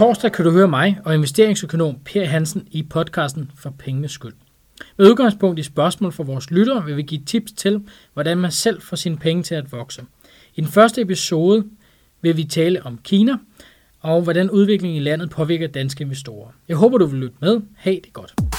torsdag kan du høre mig og investeringsøkonom Per Hansen i podcasten For Pengenes Skyld. Med udgangspunkt i spørgsmål fra vores lyttere vil vi give tips til, hvordan man selv får sine penge til at vokse. I den første episode vil vi tale om Kina og hvordan udviklingen i landet påvirker danske investorer. Jeg håber, du vil lytte med. Ha' det godt.